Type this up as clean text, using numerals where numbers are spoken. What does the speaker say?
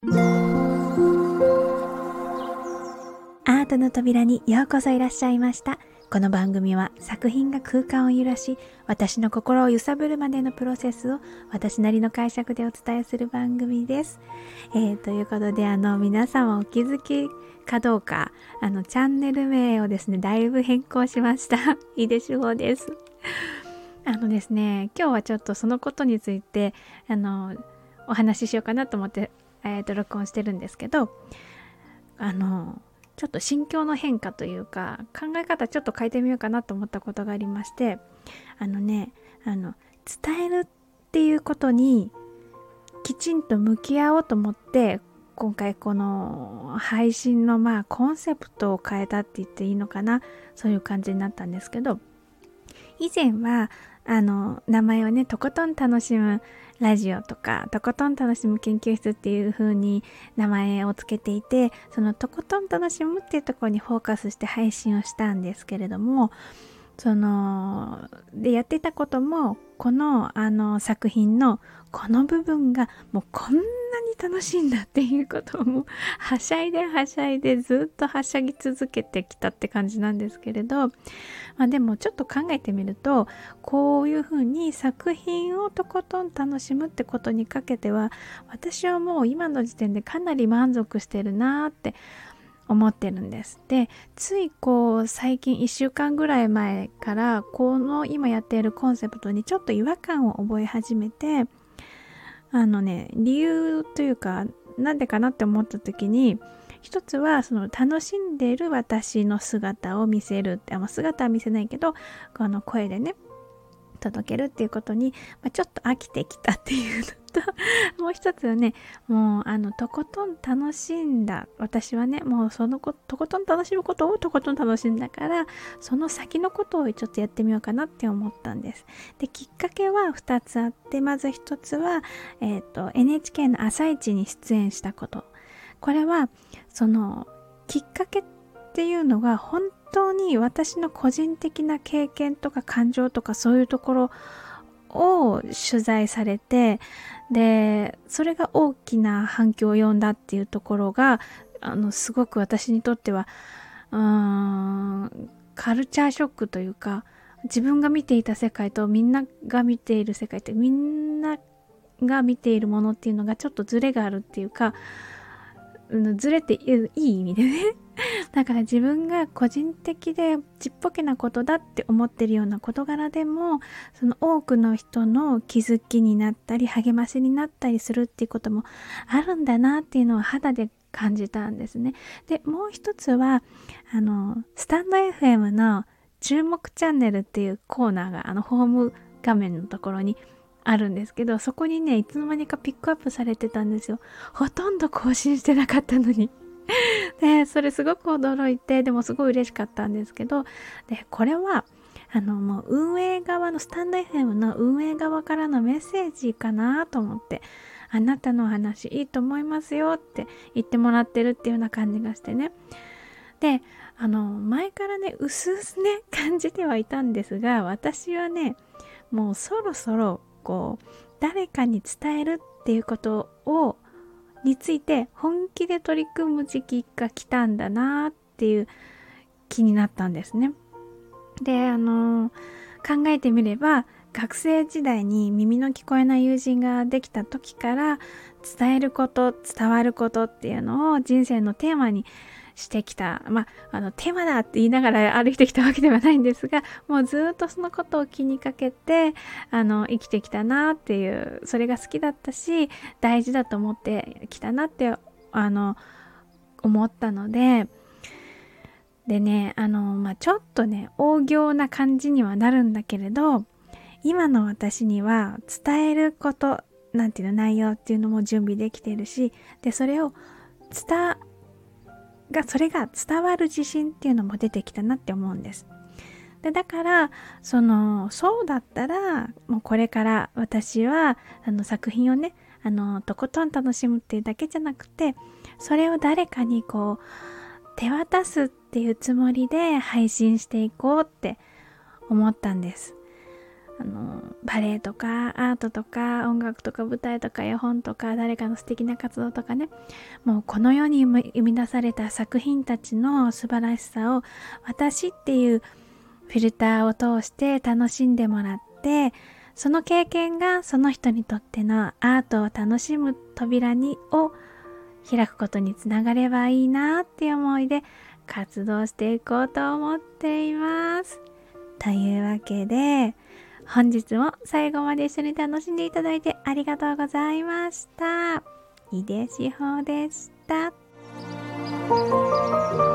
アートの扉にようこそいらっしゃいました。この番組は作品が空間を揺らし、私の心を揺さぶるまでのプロセスを私なりの解釈でお伝えする番組です。ということで皆様お気づきかどうかチャンネル名をですねだいぶ変更しました。井出志保です。ですね、今日はちょっとそのことについてお話ししようかなと思って、録音してるんですけど、ちょっと心境の変化というか考え方ちょっと変えてみようかなと思ったことがありまして、伝えるっていうことにきちんと向き合おうと思って今回この配信のコンセプトを変えたって言っていいのかな、そういう感じになったんですけど、以前は名前をねとことん楽しむラジオとかとことん楽しむ研究室っていう風に名前をつけていて、そのとことん楽しむっていうところにフォーカスして配信をしたんですけれども、でやっていたこともこの作品のこの部分がもうこんなに楽しいんだっていうことをもうはしゃいでずっとはしゃぎ続けてきたって感じなんですけれど、でもちょっと考えてみるとこういうふうに作品をとことん楽しむってことにかけては私はもう今の時点でかなり満足してるなって思ってるんです。で、つい最近1週間ぐらい前からこの今やっているコンセプトにちょっと違和感を覚え始めて、理由というかなんでかなって思った時に、一つはその楽しんでいる私の姿を見せるって、姿は見せないけどこの声でね届けるっていうことに、ちょっと飽きてきたっていうのともう一つはね、もうとことん楽しんだ私はね、もうとことん楽しむことをとことん楽しんだから、その先のことをちょっとやってみようかなって思ったんです。で、きっかけは2つあって、まず1つは、NHK の朝一に出演したこと。これはそのきっかけっていうのが本当に私の個人的な経験とか感情とかそういうところを取材されて、でそれが大きな反響を呼んだっていうところがすごく私にとってはカルチャーショックというか、自分が見ていた世界とみんなが見ている世界ってみんなが見ているものっていうのがちょっとズレがあるっていうか、ズレっていい意味でねだから自分が個人的でちっぽけなことだって思ってるような事柄でも、その多くの人の気づきになったり励ましになったりするっていうこともあるんだなっていうのを肌で感じたんですね。で、もう一つはスタンド FM の注目チャンネルっていうコーナーがホーム画面のところにあるんですけど、そこにねいつの間にかピックアップされてたんですよ。ほとんど更新してなかったのにで、それすごく驚いて、でもすごい嬉しかったんですけど、でこれはもう運営側のスタンド FM の運営側からのメッセージかなと思って、あなたの話いいと思いますよって言ってもらってるっていうような感じがしてね。で前からねうすうすね感じてはいたんですが、私はねもうそろそろ誰かに伝えるっていうことについて本気で取り組む時期が来たんだなっていう気になったんですね。で考えてみれば学生時代に耳の聞こえない友人ができた時から伝えること伝わることっていうのを人生のテーマにしてきた、テーマだって言いながら歩いてきたわけではないんですが、もうずっとそのことを気にかけて生きてきたなっていう、それが好きだったし大事だと思ってきたなって思ったので、ねちょっとね大行な感じにはなるんだけれど、今の私には伝えることなんていうの内容っていうのも準備できているし、でそれが伝わる自信っていうのも出てきたなって思うんです。でだからそうだったらもうこれから私は作品をねとことん楽しむっていうだけじゃなくて、それを誰かに手渡すっていうつもりで配信していこうって思ったんです。 バレエとかアートとか音楽とか舞台とか絵本とか誰かの素敵な活動とかね、もうこの世に生み出された作品たちの素晴らしさを私っていうフィルターを通して楽しんでもらって、その経験がその人にとってのアートを楽しむ扉を開くことにつながればいいなっていう思いで活動していこうと思っています。というわけで本日も最後まで一緒に楽しんでいただいてありがとうございました。井出志保でした。